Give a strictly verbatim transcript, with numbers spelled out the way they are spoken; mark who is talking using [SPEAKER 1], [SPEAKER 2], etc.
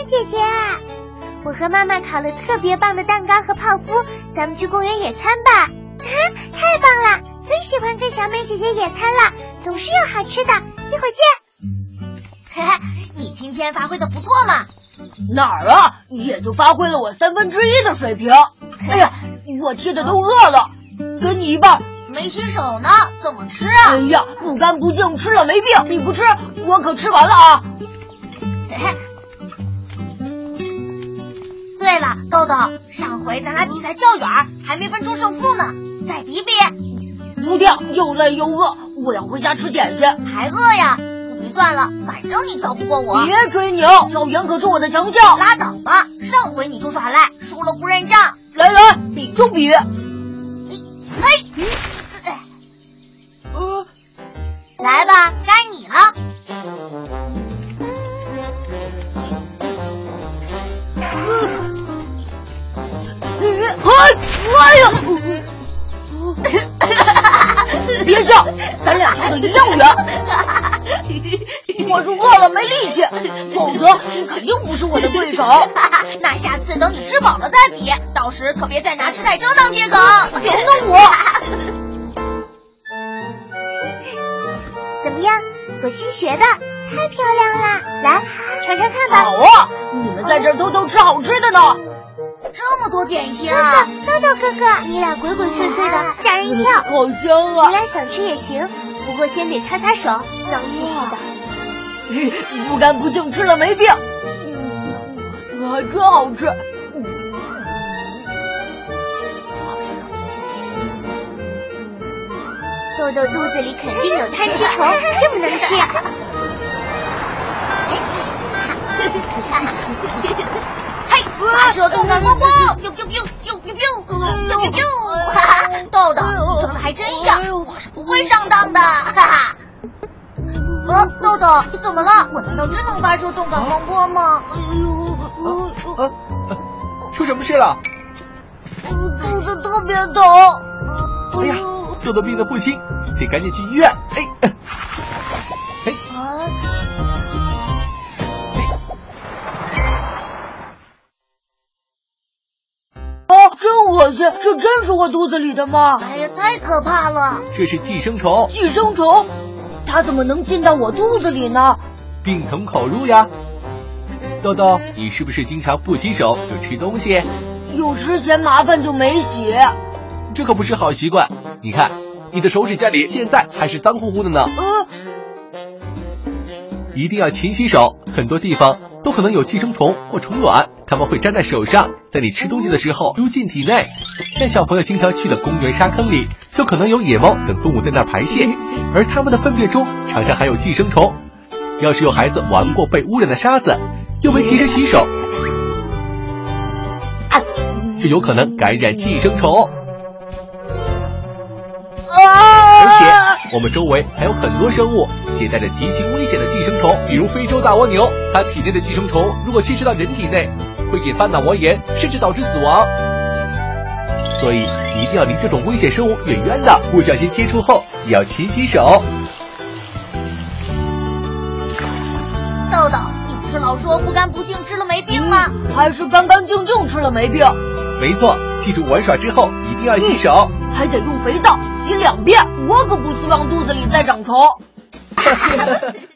[SPEAKER 1] 姐姐，我和妈妈烤了特别棒的蛋糕和泡芙，咱们去公园野餐吧。太棒了，最喜欢跟小美姐姐野餐了，总是有好吃的，一会儿见。
[SPEAKER 2] 嘿嘿，你今天发挥的不错嘛。
[SPEAKER 3] 哪儿啊，也就发挥了我三分之一的水平。哎呀，我贴的都饿了，给你一半。
[SPEAKER 2] 没洗手呢，怎么吃啊？
[SPEAKER 3] 哎呀，不干不净，吃了没病。你不吃，我可吃完了啊。
[SPEAKER 2] 嘿嘿。对了，豆豆，上回咱俩比赛较远，还没分出胜负呢，再比比。
[SPEAKER 3] 不掉，又累又饿，我要回家吃点心。
[SPEAKER 2] 还饿呀？不比算了，反正你较不过我。
[SPEAKER 3] 别吹牛，跳远可是我的强项。
[SPEAKER 2] 拉倒吧，上回你就耍赖，输了不认账。
[SPEAKER 3] 来来，比就比。
[SPEAKER 2] 嘿。
[SPEAKER 3] 呃，
[SPEAKER 2] 来吧，该你了。
[SPEAKER 3] 哎呀！别笑，咱俩跳的一样远。我是饿了没力气，否则你肯定不是我的对手。
[SPEAKER 2] 那下次等你吃饱了再比，到时可别再拿吃太撑当借口。
[SPEAKER 3] 等等我。
[SPEAKER 1] 怎么样？我新学的，太漂亮了！来，尝尝看吧。
[SPEAKER 3] 好啊，你们在这儿偷偷吃好吃的呢。
[SPEAKER 2] 这么多点心啊！
[SPEAKER 1] 豆豆哥哥，你俩鬼鬼祟祟的，吓人一跳。
[SPEAKER 3] 好香啊！
[SPEAKER 1] 你俩想吃也行，不过先得擦擦手，脏兮兮的。
[SPEAKER 3] 不干不净吃了没病，还真好吃。
[SPEAKER 1] 豆豆肚子里肯定有贪吃虫，这么能吃。
[SPEAKER 2] 嘿，发射动感光波！呦呦呦呦呦呦呦呦呦！哈哈，豆豆，你装的还真像，我是不会上当的，哈哈。呃，豆豆，你怎么了？我难道真能发射动感光波吗？
[SPEAKER 4] 啊啊！出什么事了？
[SPEAKER 3] 肚子特别疼。
[SPEAKER 4] 哎呀，豆豆病得不轻，得赶紧去医院。哎，哎，
[SPEAKER 3] 啊！哦，真恶心！这真是我肚子里的吗？
[SPEAKER 2] 哎呀，太可怕了！
[SPEAKER 4] 这是寄生虫。
[SPEAKER 3] 寄生虫？它怎么能进到我肚子里呢？
[SPEAKER 4] 病从口入呀。豆豆，你是不是经常不洗手就吃东西？
[SPEAKER 3] 有时嫌麻烦就没洗。
[SPEAKER 4] 这可不是好习惯。你看，你的手指甲里现在还是脏乎乎的呢。
[SPEAKER 3] 呃，
[SPEAKER 4] 一定要勤洗手，很多地方都可能有寄生虫或虫卵，它们会粘在手上，在你吃东西的时候溜进体内。像小朋友经常去的公园沙坑里，就可能有野猫等动物在那儿排泄，而它们的粪便中常常含有寄生虫。要是有孩子玩过被污染的沙子，又没及时洗手，就有可能感染寄生虫。而且我们周围还有很多生物携带着极其危险的寄生虫，比如非洲大蜗牛，它体内的寄生虫如果侵蚀到人体内，会引发脑膜炎，甚至导致死亡。所以一定要离这种危险生物远远的，不小心接触后也要勤洗手。
[SPEAKER 2] 豆豆，你不是老说不干不净吃了没病吗？
[SPEAKER 3] 嗯、还是干干净净吃了没病。
[SPEAKER 4] 没错，记住玩耍之后一定要洗手、
[SPEAKER 3] 嗯、还得用肥皂洗两遍，我可不希望肚子里再长虫。